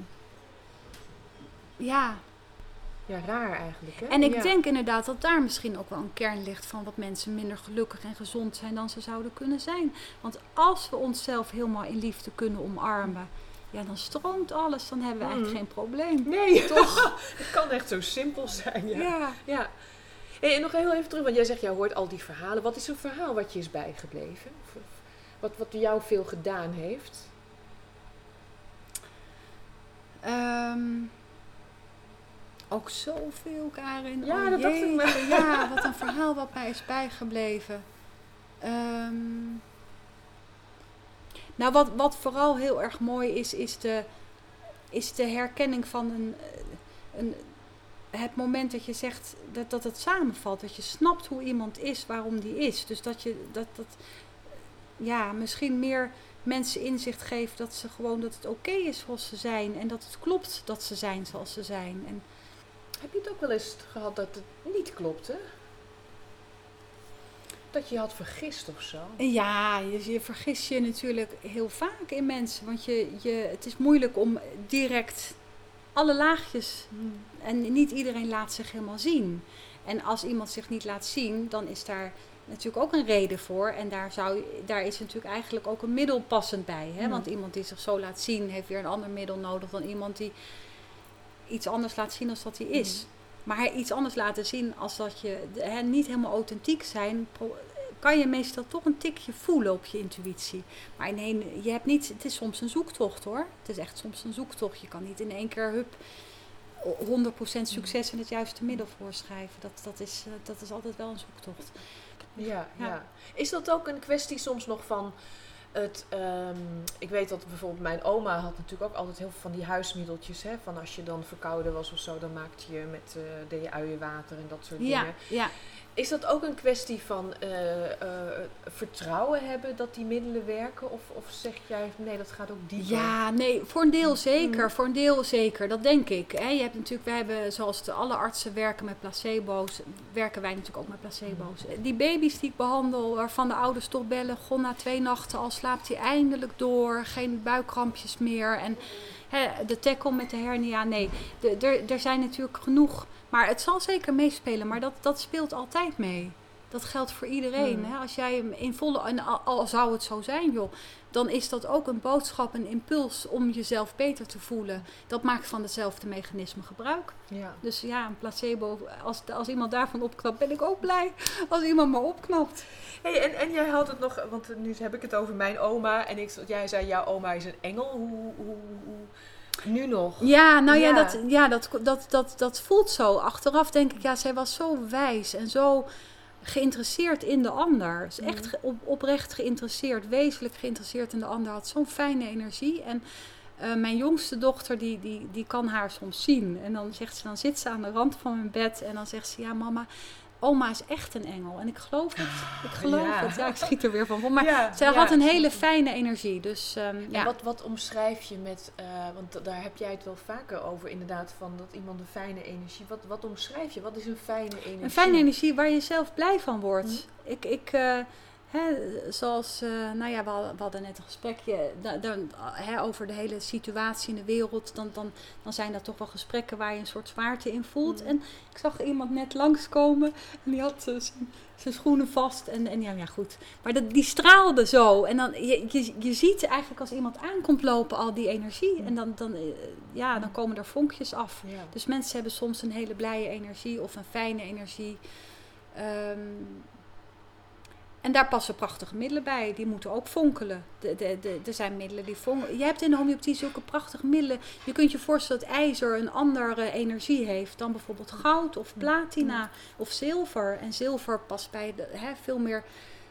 Ja. Ja, raar eigenlijk. Hè? En ik denk inderdaad dat daar misschien ook wel een kern ligt van wat mensen minder gelukkig en gezond zijn dan ze zouden kunnen zijn. Want als we onszelf helemaal in liefde kunnen omarmen, dan stroomt alles. Dan hebben we eigenlijk geen probleem. Nee, toch? Het kan echt zo simpel zijn. Ja. En nog heel even terug, want jij zegt, jij hoort al die verhalen. Wat is een verhaal wat je is bijgebleven? Wat jou veel gedaan heeft? Ook zoveel, Karin. Ja, dat dacht ik me. Ja, wat een verhaal wat mij is bijgebleven. Nou, wat vooral heel erg mooi is de herkenning van het moment dat je zegt dat het samenvalt. Dat je snapt hoe iemand is, waarom die is. Dus dat misschien meer mensen inzicht geeft dat het oké is zoals ze zijn. En dat het klopt dat ze zijn zoals ze zijn. En heb je het ook wel eens gehad dat het niet klopte? Dat je had vergist of zo? Ja, je vergist je natuurlijk heel vaak in mensen. Want het is moeilijk om direct alle laagjes. En niet iedereen laat zich helemaal zien. En als iemand zich niet laat zien, dan is daar natuurlijk ook een reden voor. En daar is natuurlijk eigenlijk ook een middel passend bij. Hè? Want iemand die zich zo laat zien, heeft weer een ander middel nodig dan iemand die iets anders laat zien als dat hij is. Maar iets anders laten zien als dat je niet helemaal authentiek zijn, kan je meestal toch een tikje voelen op je intuïtie. Maar je hebt niet, het is soms een zoektocht hoor. Het is echt soms een zoektocht. Je kan niet in één keer 100% succes en het juiste middel voorschrijven. Dat is altijd wel een zoektocht. Ja. Is dat ook een kwestie soms nog van ik weet dat bijvoorbeeld mijn oma had natuurlijk ook altijd heel veel van die huismiddeltjes. Hè? Van als je dan verkouden was of zo, dan maakte je met de uienwater en dat soort dingen. Ja. Is dat ook een kwestie van vertrouwen hebben dat die middelen werken? Of zeg jij, nee, dat gaat ook dieper? Ja, nee, voor een deel zeker. Voor een deel zeker, dat denk ik. Hè. Je hebt natuurlijk, wij hebben, zoals alle artsen werken met placebo's, werken wij natuurlijk ook met placebo's. Die baby's die ik behandel, waarvan de ouders toch bellen, goh, na 2 nachten al slaapt hij eindelijk door, geen buikkrampjes meer. En de tackle met de hernia, nee, er zijn natuurlijk genoeg. Maar het zal zeker meespelen, maar dat speelt altijd mee. Dat geldt voor iedereen. Hè? Als jij hem in volle, en al zou het zo zijn, joh, dan is dat ook een boodschap, een impuls om jezelf beter te voelen. Dat maakt van hetzelfde mechanisme gebruik. Ja. Dus ja, een placebo, als iemand daarvan opknapt, ben ik ook blij als iemand maar opknapt. Hey, en jij had het nog, want nu heb ik het over mijn oma en jij zei, jouw oma is een engel. Hoe nu nog? Ja, nou dat voelt zo. Achteraf denk ik, ja, zij was zo wijs en zo geïnteresseerd in de ander. Dus echt oprecht geïnteresseerd, wezenlijk geïnteresseerd in de ander. Had zo'n fijne energie. En mijn jongste dochter, die kan haar soms zien. En dan zit ze aan de rand van mijn bed en dan zegt ze, ja mama, oma is echt een engel. En ik geloof het. Het. Ja, ik schiet er weer van. Maar zij had een hele fijne energie. Dus, Wat omschrijf je met, want daar heb jij het wel vaker over inderdaad, van dat iemand een fijne energie. Wat omschrijf je? Wat is een fijne energie? Een fijne energie waar je zelf blij van wordt. Zoals, we hadden net een gesprekje over de hele situatie in de wereld. Dan zijn dat toch wel gesprekken waar je een soort zwaarte in voelt. En ik zag iemand net langskomen en die had zijn schoenen vast. En goed. Maar die straalde zo. En dan, je ziet eigenlijk als iemand aankomt lopen al die energie. En dan komen er vonkjes af. Ja. Dus mensen hebben soms een hele blije energie of een fijne energie. En daar passen prachtige middelen bij. Die moeten ook fonkelen. Er zijn middelen die fonkelen. Je hebt in de homeopathie zulke prachtige middelen. Je kunt je voorstellen dat ijzer een andere energie heeft dan bijvoorbeeld goud of platina of zilver. En zilver past bij veel meer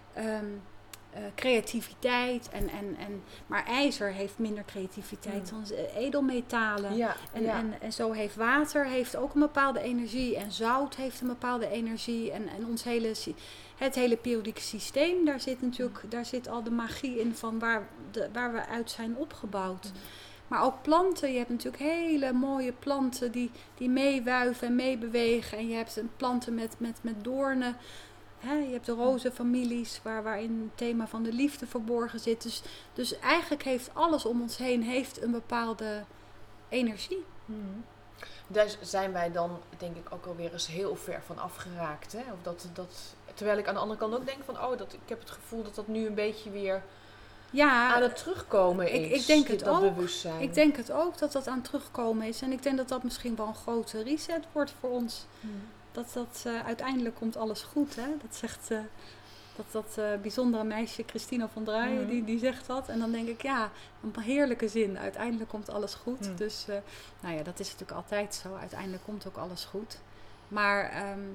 creativiteit. Maar ijzer heeft minder creativiteit dan edelmetalen. Ja, en zo heeft water heeft ook een bepaalde energie. En zout heeft een bepaalde energie. En ons het hele periodieke systeem, daar zit al de magie in van waar we uit zijn opgebouwd. Maar ook planten, je hebt natuurlijk hele mooie planten die meewuiven en meebewegen. En je hebt planten met doornen. Je hebt de rozenfamilies waarin het thema van de liefde verborgen zit. Dus eigenlijk heeft alles om ons heen een bepaalde energie. Daar zijn wij dan, denk ik, ook alweer eens heel ver van afgeraakt. Hè? Of terwijl ik aan de andere kant ook denk van, ik heb het gevoel dat nu een beetje weer aan het terugkomen is. Ik denk het dat ook. Bewustzijn. Ik denk het ook dat dat aan het terugkomen is. En ik denk dat dat misschien wel een grote reset wordt voor ons. Dat uiteindelijk komt alles goed. Hè? Dat zegt dat bijzondere meisje Christina van Draaien, die zegt dat. En dan denk ik, ja, een heerlijke zin. Uiteindelijk komt alles goed. Dus dat is natuurlijk altijd zo. Uiteindelijk komt ook alles goed. Maar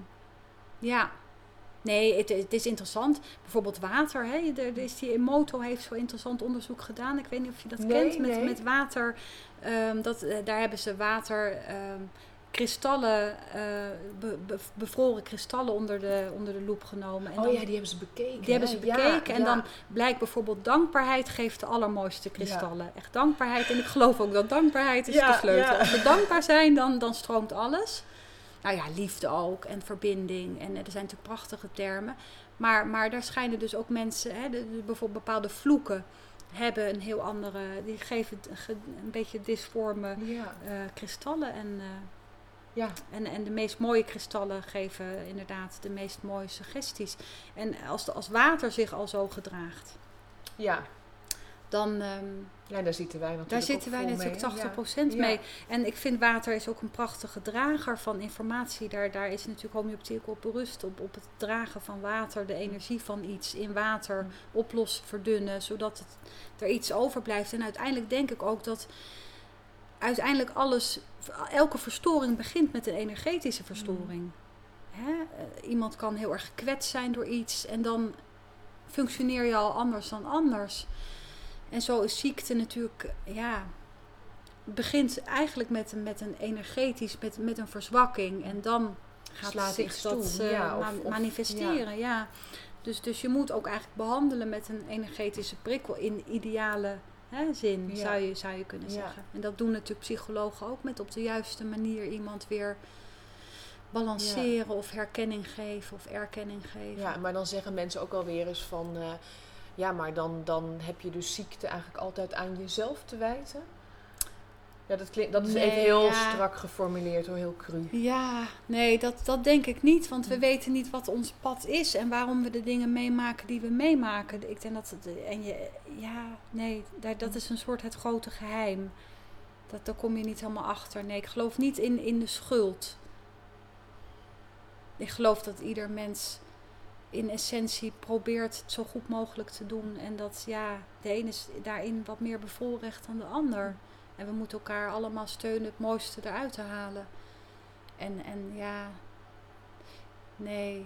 nee, het is interessant. Bijvoorbeeld water. Die Emoto heeft zo interessant onderzoek gedaan. Ik weet niet of je dat kent. Met water. Daar hebben ze water... kristallen, bevroren kristallen onder de loep genomen. En die hebben ze bekeken. En dan blijkt bijvoorbeeld dankbaarheid geeft de allermooiste kristallen. Ja. Echt dankbaarheid. En ik geloof ook dat dankbaarheid is de sleutel. Ja. Als we dankbaar zijn, dan stroomt alles. Nou ja, liefde ook en verbinding. En er zijn natuurlijk prachtige termen. Maar daar schijnen dus ook mensen, bijvoorbeeld bepaalde vloeken hebben een heel andere, die geven een beetje disforme kristallen. En de meest mooie kristallen geven inderdaad de meest mooie suggesties. En als water zich al zo gedraagt. Ja. dan... daar zitten wij natuurlijk daar zitten wij natuurlijk 80% mee. En ik vind water is ook een prachtige drager van informatie. Daar is natuurlijk homeopathie op berust op het dragen van water, de energie van iets in water oplossen, verdunnen, zodat er iets overblijft. En uiteindelijk denk ik ook dat uiteindelijk elke verstoring begint met een energetische verstoring. Iemand kan heel erg gekwetst zijn door iets en dan functioneer je al anders dan anders. En zo is ziekte natuurlijk, begint eigenlijk met een energetisch, met een verzwakking. En dan gaat zich dat manifesteren. Ja. Dus je moet ook eigenlijk behandelen met een energetische prikkel in ideale zin, zou je kunnen zeggen. En dat doen natuurlijk psychologen ook met op de juiste manier iemand weer balanceren of herkenning geven of erkenning geven. Ja, maar dan zeggen mensen ook alweer eens van... maar dan heb je dus ziekte eigenlijk altijd aan jezelf te wijten. Ja, dat is even heel strak geformuleerd, hoor, heel cru. Ja, nee, dat denk ik niet. Want we weten niet wat ons pad is en waarom we de dingen meemaken die we meemaken. Ik denk dat is een soort het grote geheim. Daar kom je niet helemaal achter. Nee, ik geloof niet in de schuld. Ik geloof dat ieder mens in essentie probeert het zo goed mogelijk te doen. En dat de ene is daarin wat meer bevoorrecht dan de ander. En we moeten elkaar allemaal steunen het mooiste eruit te halen. Nee.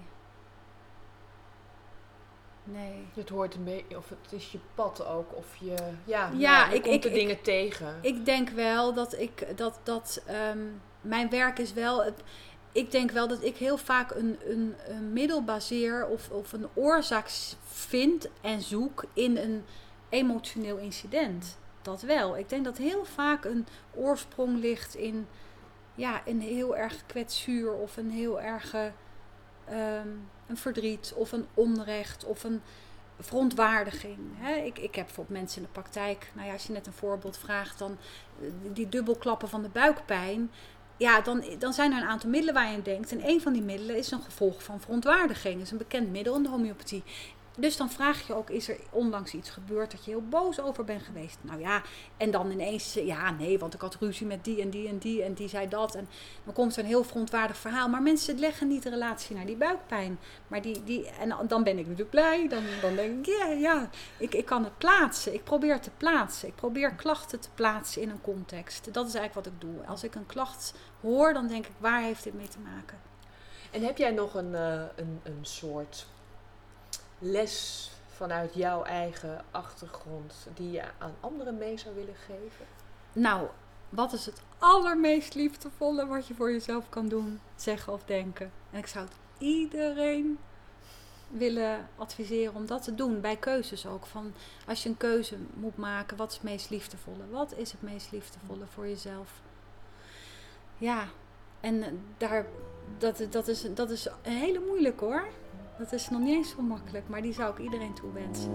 Het hoort een beetje, of het is je pad ook, of je komt de dingen tegen. Ik denk wel dat mijn werk is wel... Ik denk wel dat ik heel vaak een middel baseer of een oorzaak vind en zoek in een emotioneel incident. Dat wel. Ik denk dat heel vaak een oorsprong ligt in een heel erg kwetsuur of een heel erg een verdriet of een onrecht of een verontwaardiging. Ik heb bijvoorbeeld mensen in de praktijk, als je net een voorbeeld vraagt, dan die dubbelklappen van de buikpijn. Ja, dan zijn er een aantal middelen waar je aan denkt. En een van die middelen is een gevolg van verontwaardiging. Dat is een bekend middel in de homeopathie. Dus dan vraag je ook, is er onlangs iets gebeurd dat je heel boos over bent geweest? En dan ineens, want ik had ruzie met die en die en die en die zei dat. En dan komt er een heel verontwaardigd verhaal. Maar mensen leggen niet de relatie naar die buikpijn. Maar en dan ben ik natuurlijk blij. Dan denk ik, ik kan het plaatsen. Ik probeer het te plaatsen. Ik probeer klachten te plaatsen in een context. Dat is eigenlijk wat ik doe. Als ik een klacht hoor, dan denk ik, waar heeft dit mee te maken? En heb jij nog een soort les vanuit jouw eigen achtergrond die je aan anderen mee zou willen geven? Nou, wat is het allermeest liefdevolle wat je voor jezelf kan doen, zeggen of denken? En ik zou het iedereen willen adviseren om dat te doen, bij keuzes ook. Van als je een keuze moet maken, wat is het meest liefdevolle? Wat is het meest liefdevolle voor jezelf? Ja, en dat is een hele moeilijk, hoor. Dat is nog niet eens zo makkelijk, maar die zou ik iedereen toewensen.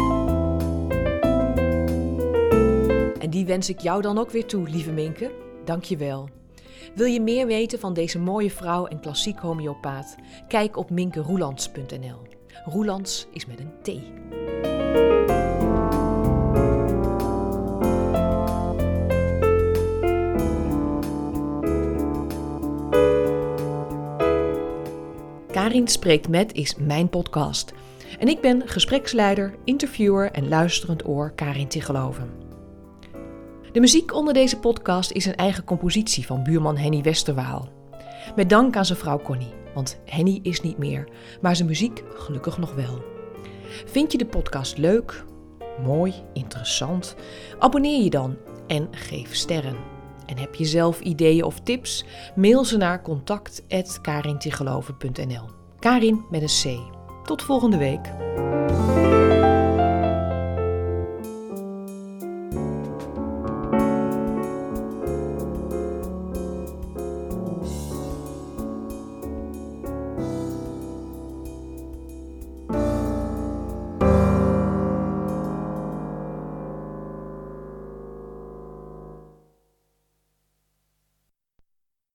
En die wens ik jou dan ook weer toe, lieve Minke. Dank je wel. Wil je meer weten van deze mooie vrouw en klassiek homeopaat? Kijk op minkeroelands.nl. Roelands is met een T. Karin Spreekt Met is mijn podcast. En ik ben gespreksleider, interviewer en luisterend oor Karin Tichelhoven. De muziek onder deze podcast is een eigen compositie van buurman Henny Westerwaal. Met dank aan zijn vrouw Connie, want Henny is niet meer, maar zijn muziek gelukkig nog wel. Vind je de podcast leuk, mooi, interessant? Abonneer je dan en geef sterren. En heb je zelf ideeën of tips? Mail ze naar contact@karintichelhoven.nl. Karin met een C. Tot volgende week.